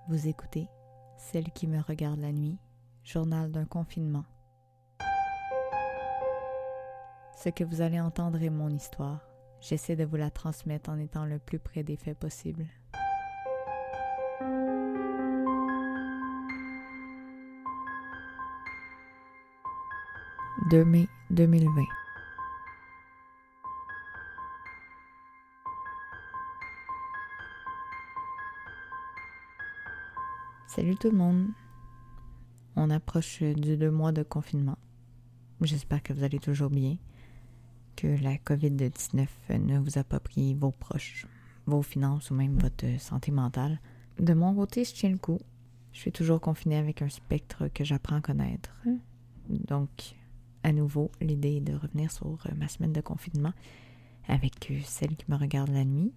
Vous écoutez Celle qui me regarde la nuit, journal d'un confinement. Ce que vous allez entendre est mon histoire. J'essaie de vous la transmettre en étant le plus près des faits possible. « 2 mai 2020. Salut tout le monde! On approche du 2 mois de confinement. J'espère que vous allez toujours bien, que la COVID-19 ne vous a pas pris vos proches, vos finances ou même votre santé mentale. De mon côté, je tiens le coup. Je suis toujours confinée avec un spectre que j'apprends à connaître. Donc, à nouveau, l'idée est de revenir sur ma semaine de confinement avec celle qui me regarde la nuit.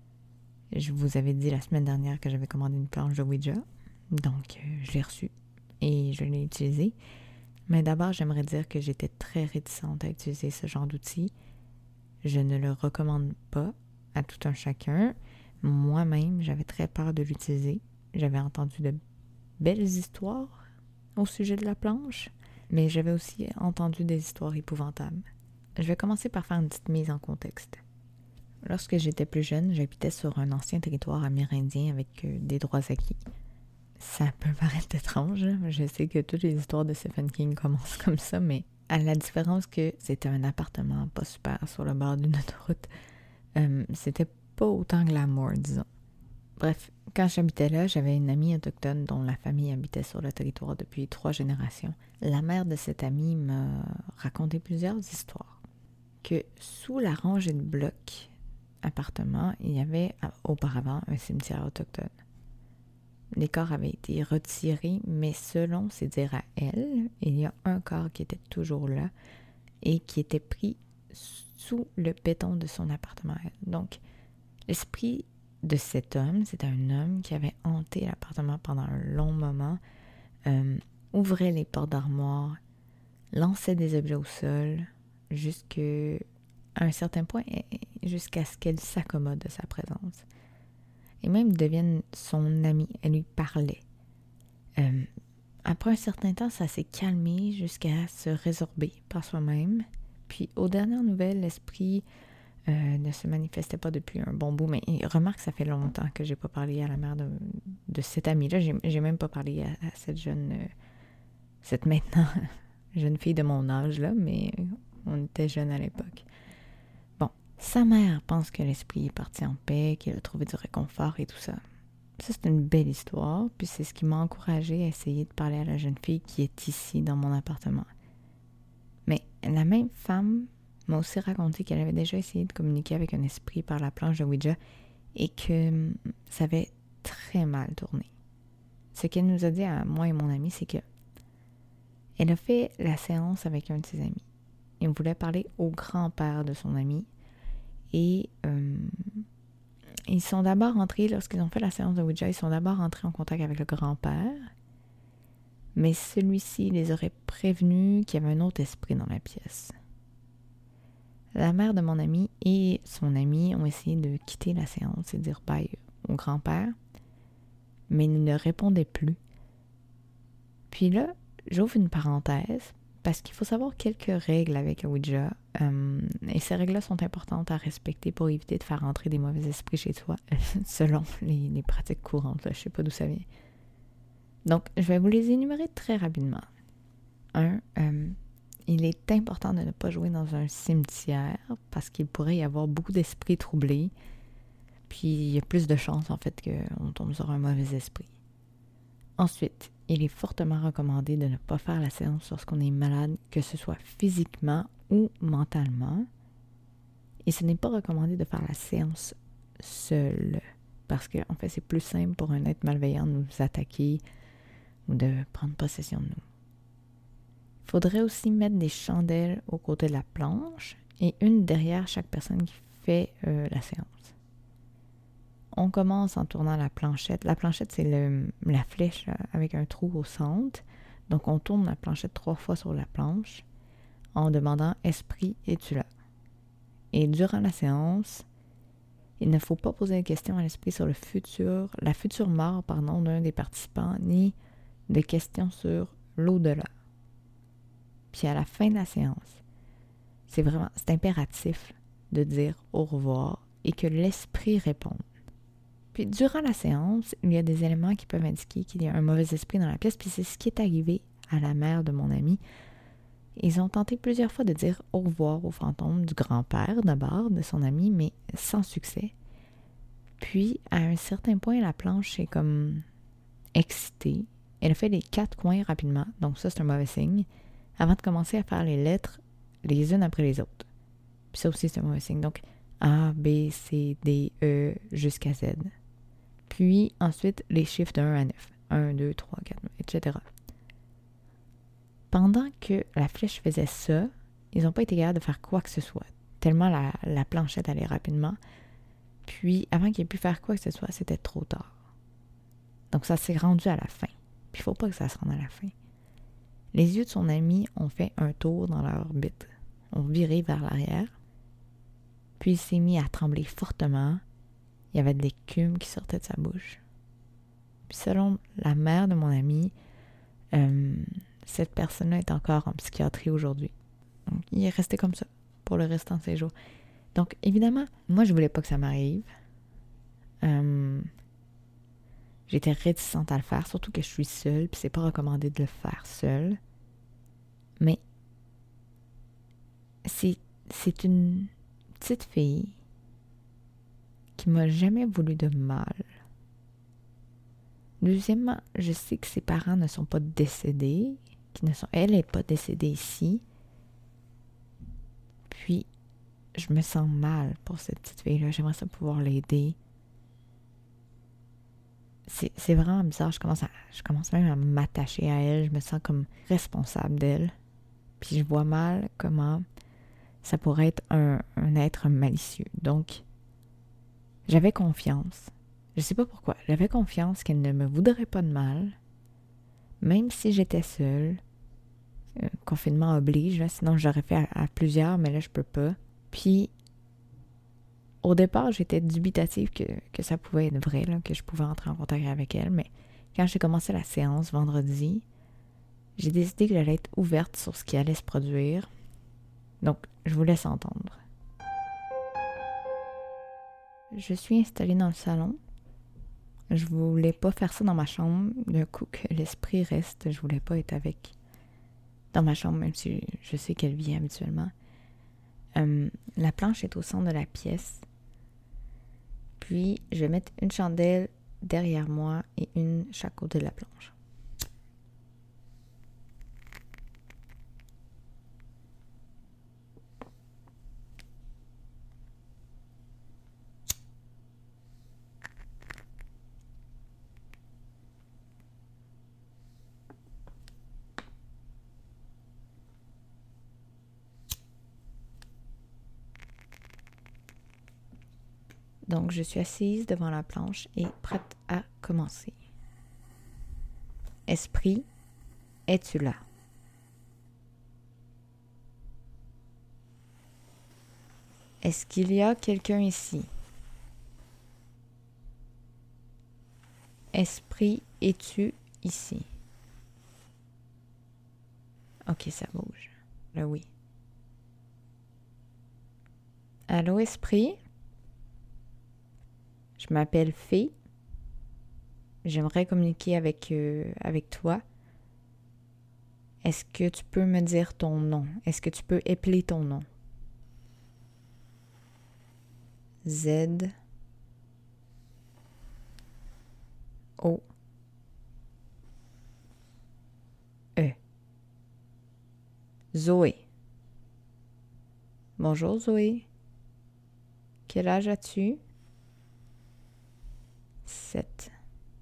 Je vous avais dit la semaine dernière que j'avais commandé une planche de Ouija. Donc, je l'ai reçue et je l'ai utilisée. Mais d'abord, j'aimerais dire que j'étais très réticente à utiliser ce genre d'outil. Je ne le recommande pas à tout un chacun. Moi-même, j'avais très peur de l'utiliser. J'avais entendu de belles histoires au sujet de la planche, mais j'avais aussi entendu des histoires épouvantables. Je vais commencer par faire une petite mise en contexte. Lorsque j'étais plus jeune, j'habitais sur un ancien territoire amérindien avec des droits acquis. Ça peut paraître étrange, je sais que toutes les histoires de Stephen King commencent comme ça, mais à la différence que c'était un appartement pas super sur le bord d'une autoroute, c'était pas autant glamour, disons. Bref, quand j'habitais là, j'avais une amie autochtone dont la famille habitait sur le territoire depuis 3 générations. La mère de cette amie m'a raconté plusieurs histoires. Que sous la rangée de blocs appartements, il y avait auparavant un cimetière autochtone. Les corps avaient été retirés, mais selon ses dires à elle, il y a un corps qui était toujours là et qui était pris sous le béton de son appartement. Donc, l'esprit de cet homme, c'était un homme qui avait hanté l'appartement pendant un long moment, ouvrait les portes d'armoire, lançait des objets au sol, jusqu'à un certain point, jusqu'à ce qu'elle s'accommode de sa présence. Et même devienne son amie, elle lui parlait. Après un certain temps, ça s'est calmé jusqu'à se résorber par soi-même. Puis, aux dernières nouvelles, l'esprit ne se manifestait pas depuis un bon bout. Mais remarque, ça fait longtemps que j'ai pas parlé à la mère de cette amie-là. J'ai même pas parlé à cette maintenant jeune fille de mon âge, là, mais on était jeunes à l'époque. Sa mère pense que l'esprit est parti en paix, qu'il a trouvé du réconfort et tout ça. Ça, c'est une belle histoire, puis c'est ce qui m'a encouragée à essayer de parler à la jeune fille qui est ici, dans mon appartement. Mais la même femme m'a aussi raconté qu'elle avait déjà essayé de communiquer avec un esprit par la planche de Ouija et que ça avait très mal tourné. Ce qu'elle nous a dit à moi et mon amie, c'est que elle a fait la séance avec un de ses amis. Il voulait parler au grand-père de son ami. Et ils sont d'abord entrés, lorsqu'ils ont fait la séance de Ouija, ils sont d'abord entrés en contact avec le grand-père, mais celui-ci les aurait prévenus qu'il y avait un autre esprit dans la pièce. La mère de mon ami et son ami ont essayé de quitter la séance et de dire bye au grand-père, mais il ne répondait plus. Puis là, j'ouvre une parenthèse, parce qu'il faut savoir quelques règles avec le Ouija, et ces règles-là sont importantes à respecter pour éviter de faire entrer des mauvais esprits chez soi, selon les pratiques courantes, là, je ne sais pas d'où ça vient. Donc, je vais vous les énumérer très rapidement. 1. Il est important de ne pas jouer dans un cimetière, parce qu'il pourrait y avoir beaucoup d'esprits troublés, puis il y a plus de chances, en fait, qu'on tombe sur un mauvais esprit. Ensuite, il est fortement recommandé de ne pas faire la séance lorsqu'on est malade, que ce soit physiquement ou mentalement. Et ce n'est pas recommandé de faire la séance seul, parce que en fait, c'est plus simple pour un être malveillant de nous attaquer ou de prendre possession de nous. Il faudrait aussi mettre des chandelles aux côtés de la planche et une derrière chaque personne qui fait la séance. On commence en tournant la planchette. La planchette, c'est la flèche avec un trou au centre. Donc, on tourne la planchette 3 fois sur la planche en demandant « Esprit, es-tu là? » Et durant la séance, Il ne faut pas poser de questions à l'esprit sur la future mort, d'un des participants, ni de questions sur l'au-delà. Puis à la fin de la séance, c'est impératif de dire au revoir et que l'esprit réponde. Puis durant la séance, il y a des éléments qui peuvent indiquer qu'il y a un mauvais esprit dans la pièce, puis c'est ce qui est arrivé à la mère de mon ami. Ils ont tenté plusieurs fois de dire au revoir au fantôme du grand-père d'abord, de son ami, mais sans succès. Puis, à un certain point, la planche est comme excitée. Elle a fait les 4 coins rapidement, donc ça c'est un mauvais signe, avant de commencer à faire les lettres les unes après les autres. Puis ça aussi c'est un mauvais signe. Donc A, B, C, D, E jusqu'à Z. Puis ensuite les chiffres de 1 à 9. 1, 2, 3, 4, etc. Pendant que la flèche faisait ça, ils n'ont pas été capables de faire quoi que ce soit. Tellement la planchette allait rapidement. Puis avant qu'ils aient pu faire quoi que ce soit, c'était trop tard. Donc ça s'est rendu à la fin. Puis il ne faut pas que ça se rende à la fin. Les yeux de son ami ont fait un tour dans leur orbite, ont viré vers l'arrière. Puis il s'est mis à trembler fortement. Il y avait de l'écume qui sortait de sa bouche. Puis selon la mère de mon ami, cette personne-là est encore en psychiatrie aujourd'hui. Donc il est resté comme ça pour le restant de ses jours. Donc évidemment, moi je voulais pas que ça m'arrive. J'étais réticente à le faire, surtout que je suis seule, puis c'est pas recommandé de le faire seule. Mais c'est une petite fille qui m'a jamais voulu de mal. Deuxièmement, je sais que ses parents ne sont pas décédés, elle n'est pas décédée ici. Puis, je me sens mal pour cette petite fille-là. J'aimerais ça pouvoir l'aider. C'est vraiment bizarre. Je commence même à m'attacher à elle. Je me sens comme responsable d'elle. Puis je vois mal comment ça pourrait être un être malicieux. Donc, j'avais confiance. Je sais pas pourquoi. J'avais confiance qu'elle ne me voudrait pas de mal. Même si j'étais seule. Confinement oblige. Là, sinon, j'aurais fait à plusieurs, mais là, je peux pas. Puis, au départ, j'étais dubitative que ça pouvait être vrai, là, que je pouvais entrer en contact avec elle. Mais quand j'ai commencé la séance vendredi, j'ai décidé que j'allais être ouverte sur ce qui allait se produire. Donc, je vous laisse entendre. Je suis installée dans le salon. Je voulais pas faire ça dans ma chambre. D'un coup que l'esprit reste, je voulais pas être dans ma chambre, même si je sais qu'elle vient habituellement. La planche est au centre de la pièce. Puis, je vais mettre une chandelle derrière moi et une chaque côté de la planche. Donc, je suis assise devant la planche et prête à commencer. Esprit, es-tu là? Est-ce qu'il y a quelqu'un ici? Esprit, es-tu ici? Ok, ça bouge. Là, oui. Allô, esprit? Je m'appelle Fée. J'aimerais communiquer avec toi. Est-ce que tu peux me dire ton nom? Est-ce que tu peux épeler ton nom? Z O E. Zoé. Bonjour Zoé. Quel âge as-tu? 7.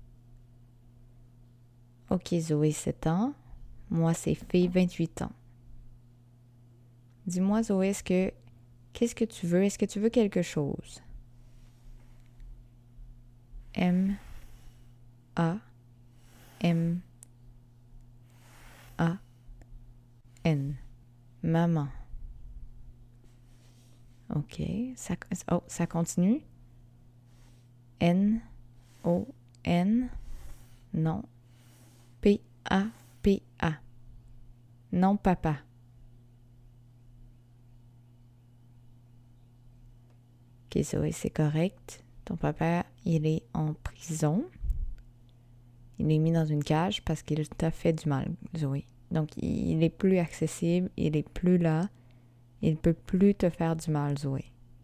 Ok Zoé, 7 ans. Moi c'est Fée, 28 ans. Dis-moi Zoé, qu'est-ce que tu veux? Est-ce que tu veux quelque chose? M A M A N. Maman. Ok, ça continue. N-O-N, non, P-A-P-A, non papa. Ok, Zoé, c'est correct. Ton papa, il est en prison. Il est mis dans une cage parce qu'il t'a fait du mal, Zoé. Donc, il est plus accessible, il est plus là. Il peut plus te faire du mal, Zoé.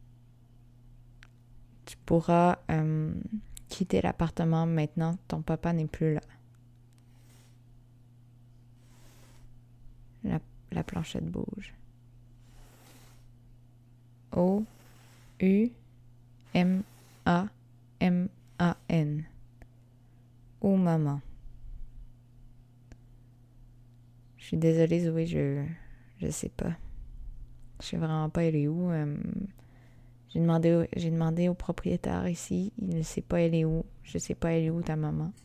Tu pourras quitter l'appartement maintenant. Ton papa n'est plus là. La planchette bouge. O-U-M-A-M-A-N. Oh, maman. Je suis désolée, Zoé, je sais pas. Je sais vraiment pas elle est où. J'ai demandé au propriétaire ici. Il ne sait pas elle est où. Je sais pas elle est où ta maman.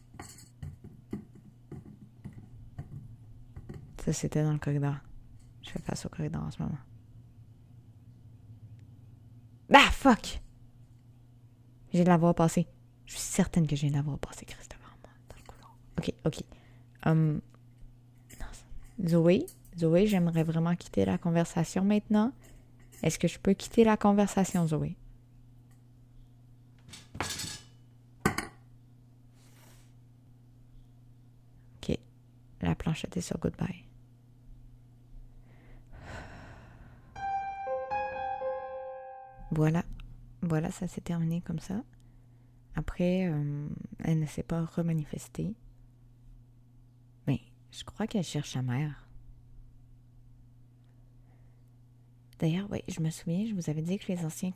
Ça, c'était dans le corridor. Je fais face au corridor en ce moment. Ah, fuck! Je viens de la voir passer. Je suis certaine que je viens de la voir passer, Christopher, moi, dans le couloir. Ok. Zoé, j'aimerais vraiment quitter la conversation maintenant. Est-ce que je peux quitter la conversation, Zoé? Ok. La planchette est sur Goodbye. Voilà, ça s'est terminé comme ça. Après, elle ne s'est pas remanifestée. Mais je crois qu'elle cherche sa mère. D'ailleurs, oui, je me souviens, je vous avais dit que les anciens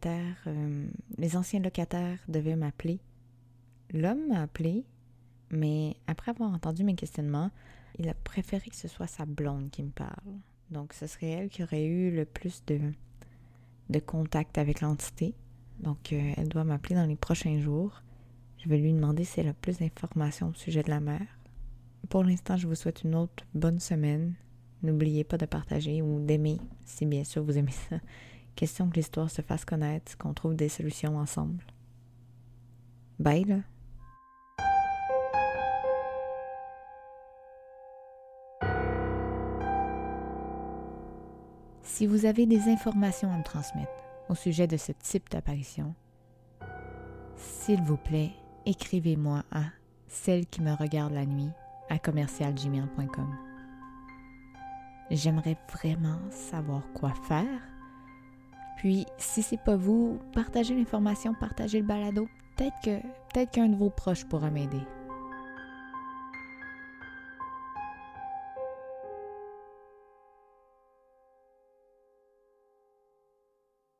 locataires devaient m'appeler. L'homme m'a appelé, mais après avoir entendu mes questionnements, il a préféré que ce soit sa blonde qui me parle. Donc, ce serait elle qui aurait eu le plus de contact avec l'entité. Donc, elle doit m'appeler dans les prochains jours. Je vais lui demander si elle a plus d'informations au sujet de la mère. Pour l'instant, je vous souhaite une autre bonne semaine. N'oubliez pas de partager ou d'aimer, si bien sûr vous aimez ça. Question que l'histoire se fasse connaître, qu'on trouve des solutions ensemble. Bye, là! Si vous avez des informations à me transmettre au sujet de ce type d'apparition, s'il vous plaît, écrivez-moi à celle qui me regarde la nuit à commercialgmail.com. J'aimerais vraiment savoir quoi faire. Puis, si c'est pas vous, partagez l'information, partagez le balado. Peut-être qu'un de vos proches pourra m'aider.